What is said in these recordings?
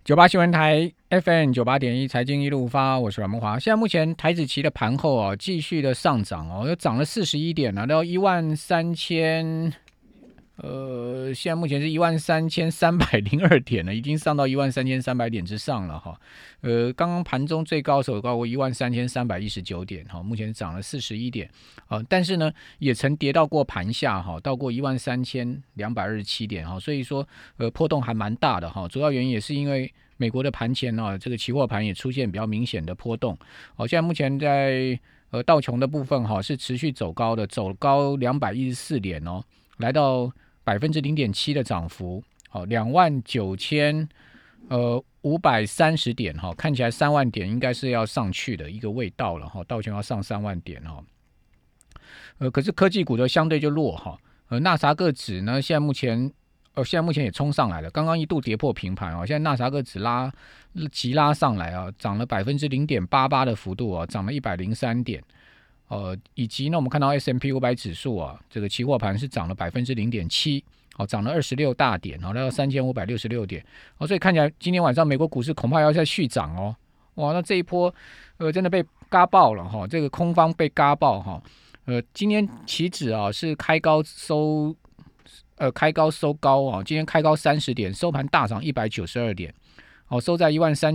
98新闻台 FM 98.1财经一路发，我是阮慕骅。现在目前台指期的盘后继续的上涨又涨了41点来到13000，现在目前是13302点了，已经上到13300点之上了哈。刚刚盘中最高收高过13319点哈，目前涨了41点但是呢也曾跌到过盘下哈，到过13227点哈，所以说波动还蛮大的哈。主要原因也是因为美国的盘前这个期货盘也出现比较明显的波动现在目前在道琼的部分是持续走高的，走高214点来到0.7%的涨幅29530点看起来3万点应该是要上去的一个味道了道琼要上3万点可是科技股的相对就弱纳斯达克指呢现在目前也冲上来了，刚刚一度跌破平盘现在纳斯达克指急拉上来涨了0.88%的幅度涨了103点以及呢我们看到 S&P 500指数这个期货盘是涨了0.7%涨了26大点来到3566点所以看起来今天晚上美国股市恐怕要再续涨哇，那这一波真的被嘎爆了这个空方被嘎爆今天期指是开高收高今天开高30点，收盘大涨192点收在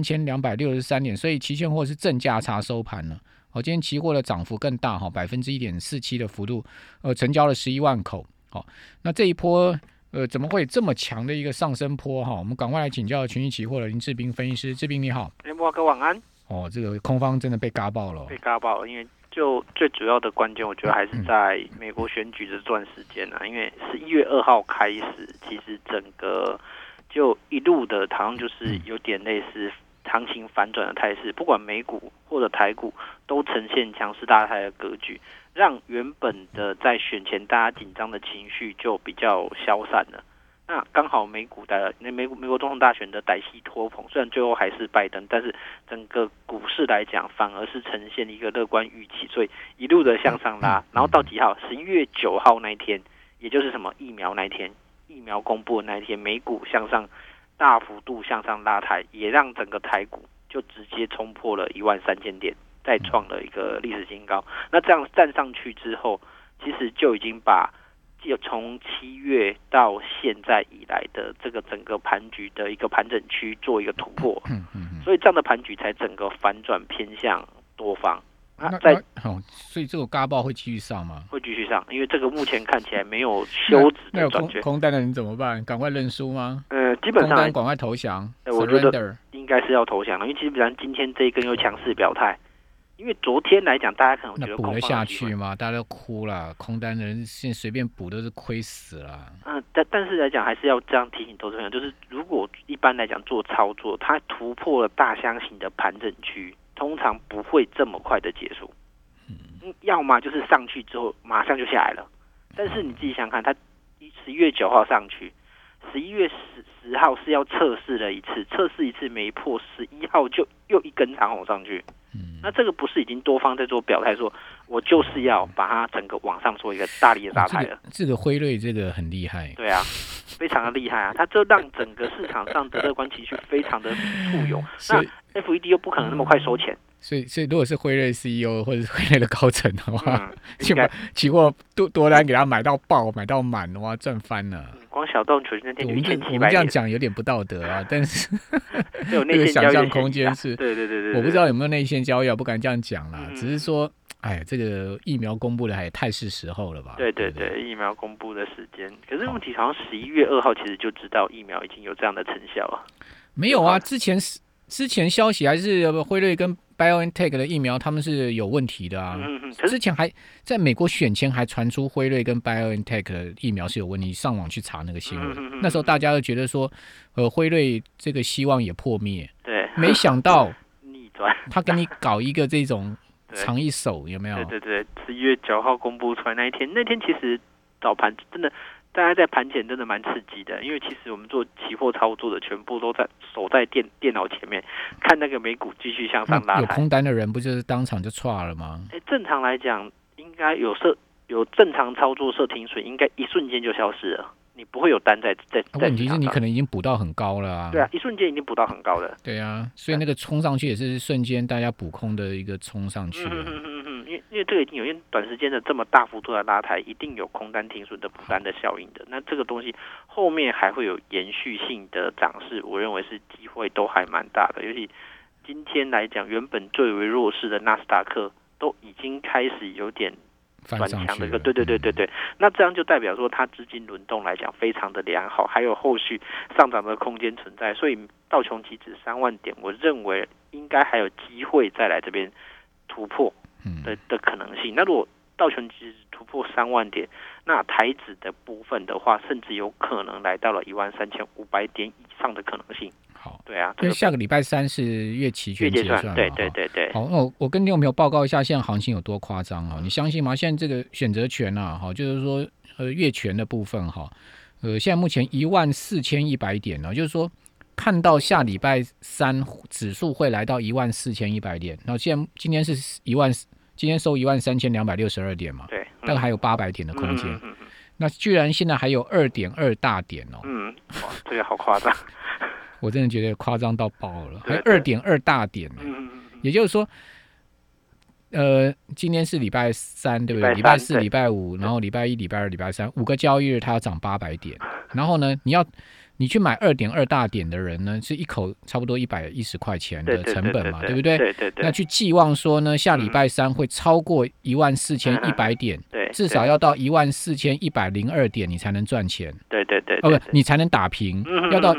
13263点，所以期现货是正价差收盘了今天期货的涨幅更大1.47%的幅度成交了11万口那这一波怎么会这么强的一个上升波我们赶快来请教群益期货的林志彬分析师。志彬你好。 慕骅哥晚安。 这个空方真的被嘎爆了因为就最主要的关键我觉得还是在美国选举这段时间因为11月2号开始其实整个就一路的好像就是有点类似行情反转的态势，不管美股或者台股都呈现强势大态的格局，让原本的在选前大家紧张的情绪就比较消散了。那刚好美国总统大选的歹戏拖棚，虽然最后还是拜登，但是整个股市来讲反而是呈现一个乐观预期，所以一路的向上拉。然后到几号？11月9号那一天，也就是什么疫苗那一天，疫苗公布的那一天，美股向上大幅度向上拉抬，也让整个台股就直接冲破了13000点，再创了一个历史新高。那这样站上去之后，其实就已经把从7月到现在以来的这个整个盘局的一个盘整区做一个突破，所以这样的盘局才整个反转偏向多方。 所以这个嘎爆会继续上吗？ 会继续上，因为这个目前看起来没有休止的转缺。 空单的人怎么办？赶快认输吗？ 基本上空单赶快投降。 我觉得应该是要投降了，因为基本上今天这一根又强势表态。因为昨天来讲，大家可能觉得补得下去吗？大家都哭了，空单的人现在随便补都是亏死了。 但是来讲还是要这样提醒投资朋友，就是如果一般来讲做操作，它突破了大箱型的盘整区，通常不会这么快的结束。要么就是上去之后马上就下来了。但是你自己想想看，它11月9号上去，11月10号是要测试了一次，测试一次没破，11号就又一根长红上去。那这个不是已经多方在做表态，说我就是要把它整个往上做一个大力的拉抬了。 这个辉瑞这个很厉害。 对啊，非常的厉害啊！它就让整个市场上的乐观情绪非常的富有。那 FED 又不可能那么快收钱。 所以如果是辉瑞 CEO 或者是辉瑞的高层的话，就把期货多单给他买到爆、买到满的话，赚翻了。 光小道球那天就1700点， 我们这样讲有点不道德但是有那个想象空间是， 对， 我不知道有没有内线交易不敢这样讲啦，只是说，这个疫苗公布的还太是时候了吧？ 对，疫苗公布的时间，可是问题好像11月2号其实就知道疫苗已经有这样的成效了。 没有啊，之前消息还是辉瑞跟 BioNTech 的疫苗他们是有问题的啊。之前还在美国选前还传出辉瑞跟 BioNTech 的疫苗是有问题，上网去查那个新闻。那时候大家都觉得说，辉瑞这个希望也破灭。 对， 没想到逆转， 他跟你搞一个这种藏一手，有没有？ 对，11月9号公布出来那一天其实早盘真的。大家在盘前真的蛮刺激的，因为其实我们做期货操作的全部都守在电脑前面，看那个美股继续向上拉抬。 有空单的人不就是当场就挫了吗？ 正常来讲，应该有正常操作设停损，应该一瞬间就消失了。 你不会有单在问题是你可能已经补到很高了啊。 对啊，一瞬间已经补到很高了。 对啊，所以那个冲上去也是瞬间大家补空的一个冲上去因为这个已经有短时间的这么大幅度的拉抬，一定有空单停损的补单的效应的。那这个东西后面还会有延续性的涨势，我认为是机会都还蛮大的。尤其今天来讲，原本最为弱势的纳斯达克都已经开始有点转强的一个，对，那这样就代表说它资金轮动来讲非常的良好，还有后续上涨的空间存在，所以道琼期指3万点，我认为应该还有机会再来这边突破的可能性。那如果道琼期指突破3万点，那台指的部分的话，甚至有可能来到了13500点以上的可能性。 好， 对啊， 因为下个礼拜3是月期权结算嘛， 对。 好，那我跟听众朋友报告一下，现在行情有多夸张哈？你相信吗？现在这个选择权啊，哈，就是说月权的部分哈，现在目前14100点呢，就是说看到下礼拜3指数会来到14100点，然后今天是今天收13262点嘛， 对， 大概还有800点的空间。那居然现在还有2.2大点哦， 哇，这个好夸张。 我真的觉得夸张到爆了，还有2.2大点呢，也就是说，今天是礼拜3，对不对？礼拜4、礼拜5，然后礼拜1、礼拜2、礼拜3，5个交易日它要涨800点，然后呢，你去买2.2大点的人呢，是一口差不多110块钱的成本嘛，对不对？ 对。 那去寄望说呢，下礼拜3会超过14100点，至少要到14102点你才能赚钱。 对， 不，你才能打平，要到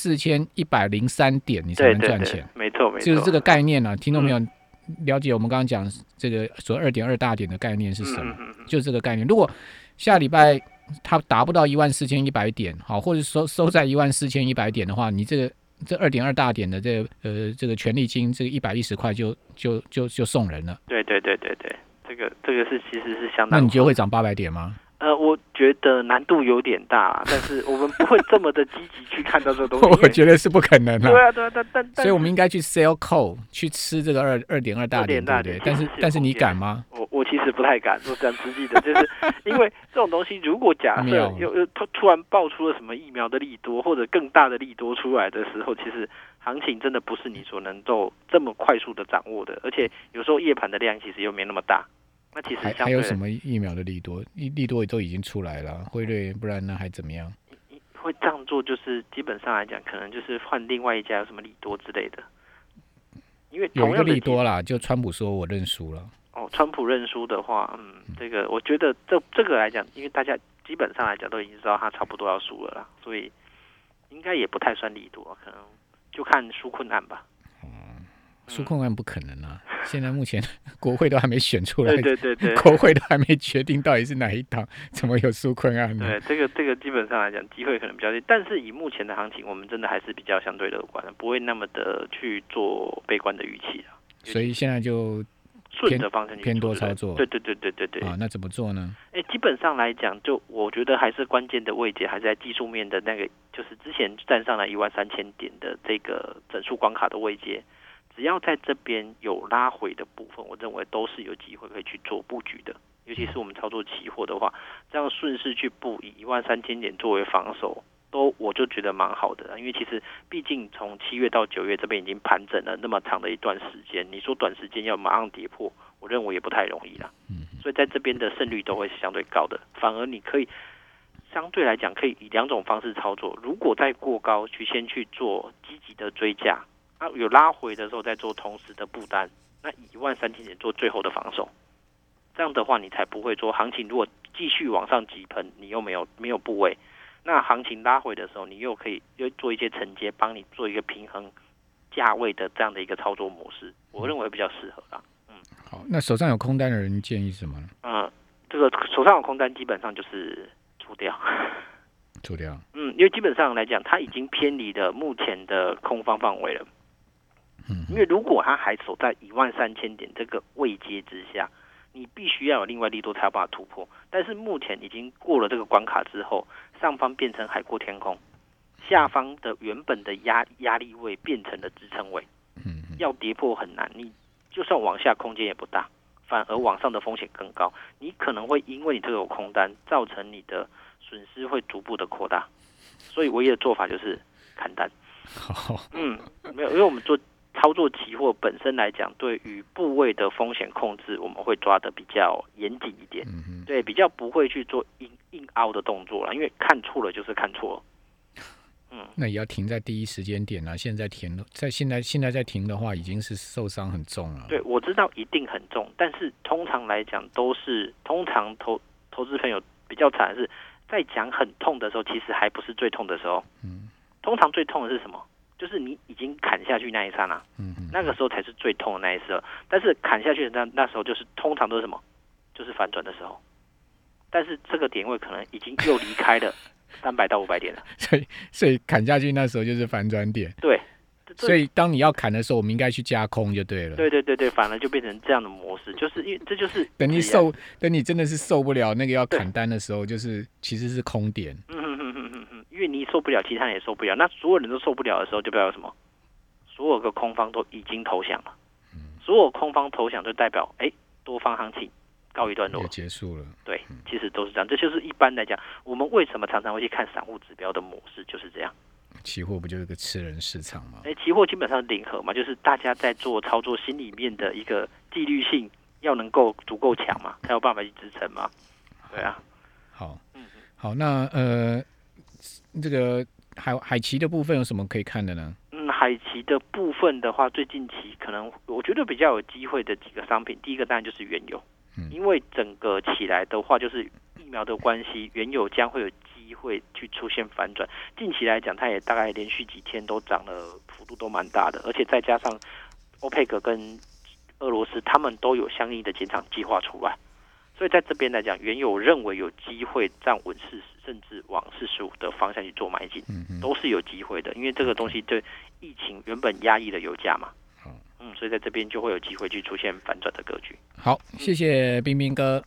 14103点你才能赚钱。 没错。 就是这个概念啊，听众朋友了解我们刚刚讲这个所谓2.2大点的概念是什么？就是这个概念。如果下礼拜它达不到14100点，好，或者收在14100点的话，你这2.2大点的这个权利金，这个110块就送人了。 对，这个是其实是相当。 那你觉得会涨800点吗？ 我觉得难度有点大，但是我们不会这么的积极去看到这个东西。 我觉得是不可能的。 对啊，但所以我们应该去 sell call 去吃这个2.2大点，对不对？但是你敢吗？ 我其实不太敢。我讲实际的，就是因为这种东西，如果假设又突然爆出了什么疫苗的利多，或者更大的利多出来的时候，其实行情真的不是你所能够这么快速的掌握的，而且有时候夜盘的量其实又没那么大。那其实还有什么疫苗的利多？利多都已经出来了，辉瑞，不然那还怎么样？ 会这样做，就是基本上来讲，可能就是换另外一家有什么利多之类的。因为有一个利多啦，就川普说我认输了。 川普认输的话，这个我觉得这个来讲，因为大家基本上来讲都已经知道他差不多要输了啦，所以应该也不太算利多，可能就看纾困案吧。 纾困案不可能啊！现在目前国会都还没选出来， 对， 国会都还没决定到底是哪一党，怎么有纾困案呢？ 对，这个基本上来讲机会可能比较低，但是以目前的行情，我们真的还是比较相对乐观的，不会那么的去做悲观的预期啊。 所以现在就顺着方向偏多操作。 对啊，那怎么做呢？ 基本上来讲，就我觉得还是关键的位阶还是在技术面的那个，就是之前站上了13000点的这个整数关卡的位阶。只要在这边有拉回的部分，我认为都是有机会可以去做布局的。尤其是我们操作期货的话，这样顺势去布，以13000点作为防守，我就觉得蛮好的。因为其实毕竟从7月到9月这边已经盘整了那么长的一段时间，你说短时间要马上跌破，我认为也不太容易啦。所以在这边的胜率都会是相对高的。反而你可以相对来讲，可以以2种方式操作。如果再过高，先去做积极的追价。有拉回的时候再做同时的布单，那以13000点做最后的防守，这样的话你才不会说行情如果继续往上急喷，你又没有部位，那行情拉回的时候，你又可以做一些承接，帮你做一个平衡价位的这样的一个操作模式，我认为比较适合啦。 好，那手上有空单的人建议什么呢？ 这个手上有空单基本上就是出掉。因为基本上来讲，它已经偏离了目前的空方范围了。因为如果它还守在13000点这个位阶之下，你必须要有另外利多才有办法突破。但是目前已经过了这个关卡之后，上方变成海阔天空，下方的原本的压力位变成了支撑位，要跌破很难。你就算往下空间也不大，反而往上的风险更高。你可能会因为你这个有空单，造成你的损失会逐步的扩大，所以唯一的做法就是砍单。没有，因为我们操作期货本身来讲，对于部位的风险控制，我们会抓的比较严谨一点，对，比较不会去做硬凹的动作啦，因为看错了就是看错了。 那也要停在第一时间点啊！现在停了，现在在停的话，已经是受伤很重了。 对，我知道一定很重，但是通常来讲通常投资朋友比较惨的是，在讲很痛的时候，其实还不是最痛的时候。通常最痛的是什么？就是你已经砍下去那一刹那，那个时候才是最痛的那一时候。但是砍下去的那时候，就是通常都是什么？就是反转的时候。但是这个点位可能已经又离开了300到500点了。 所以砍下去那时候就是反转点。 对。 所以当你要砍的时候，我们应该去加空就对了。 对，反而就变成这样的模式，就是因为这就是等你真的是受不了那个要砍单的时候，就是其实是空点。 因为你受不了，其他人也受不了，那所有人都受不了的时候，就代表什么？所有的空方都已经投降了。所有空方投降就代表，多方行情告一段落， 也结束了。 对，其实都是这样。这就是一般来讲，我们为什么常常会去看散户指标的模式，就是这样。 期货不就是个吃人市场吗？ 期货基本上零和嘛，就是大家在做操作心里面的一个纪律性要能够足够强嘛，才有办法去支撑嘛。对啊。 好，那这个海期的部分有什么可以看的呢？ 海期的部分的话，最近期可能我觉得比较有机会的几个商品，第一个当然就是原油，因为整个起来的话，就是疫苗的关系，原油将会有机会去出现反转。近期来讲，它也大概连续几天都涨了，幅度都蛮大的，而且再加上欧佩克跟俄罗斯他们都有相应的减产计划出来，所以在这边来讲，原油认为有机会站稳40，甚至往45的方向去做买进，都是有机会的，因为这个东西对疫情原本压抑的油价嘛，所以在这边就会有机会去出现反转的格局。 好，谢谢彬彬哥。